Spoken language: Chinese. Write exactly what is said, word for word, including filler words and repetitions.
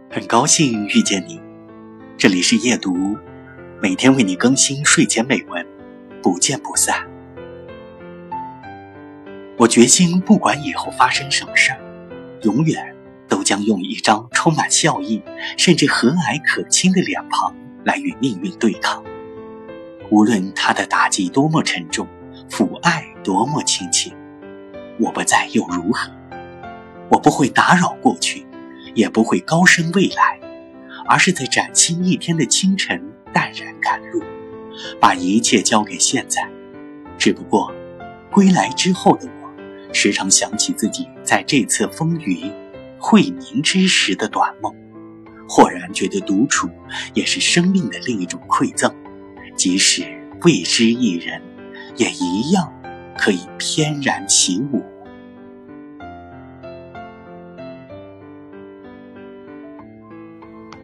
很高兴遇见你，这里是夜读，每天为你更新睡前美文，不见不散。我决心不管以后发生什么事儿，永远都将用一张充满笑意甚至和蔼可亲的脸庞来与命运对抗。无论他的打击多么沉重，抚爱多么亲切，我不在又如何？我不会打扰过去，也不会高声未来，而是在崭新一天的清晨淡然赶路，把一切交给现在。只不过归来之后的我，时常想起自己在这次风雨晦明之时的短梦，豁然觉得独处也是生命的另一种馈赠，即使未知一人，也一样可以翩然起舞。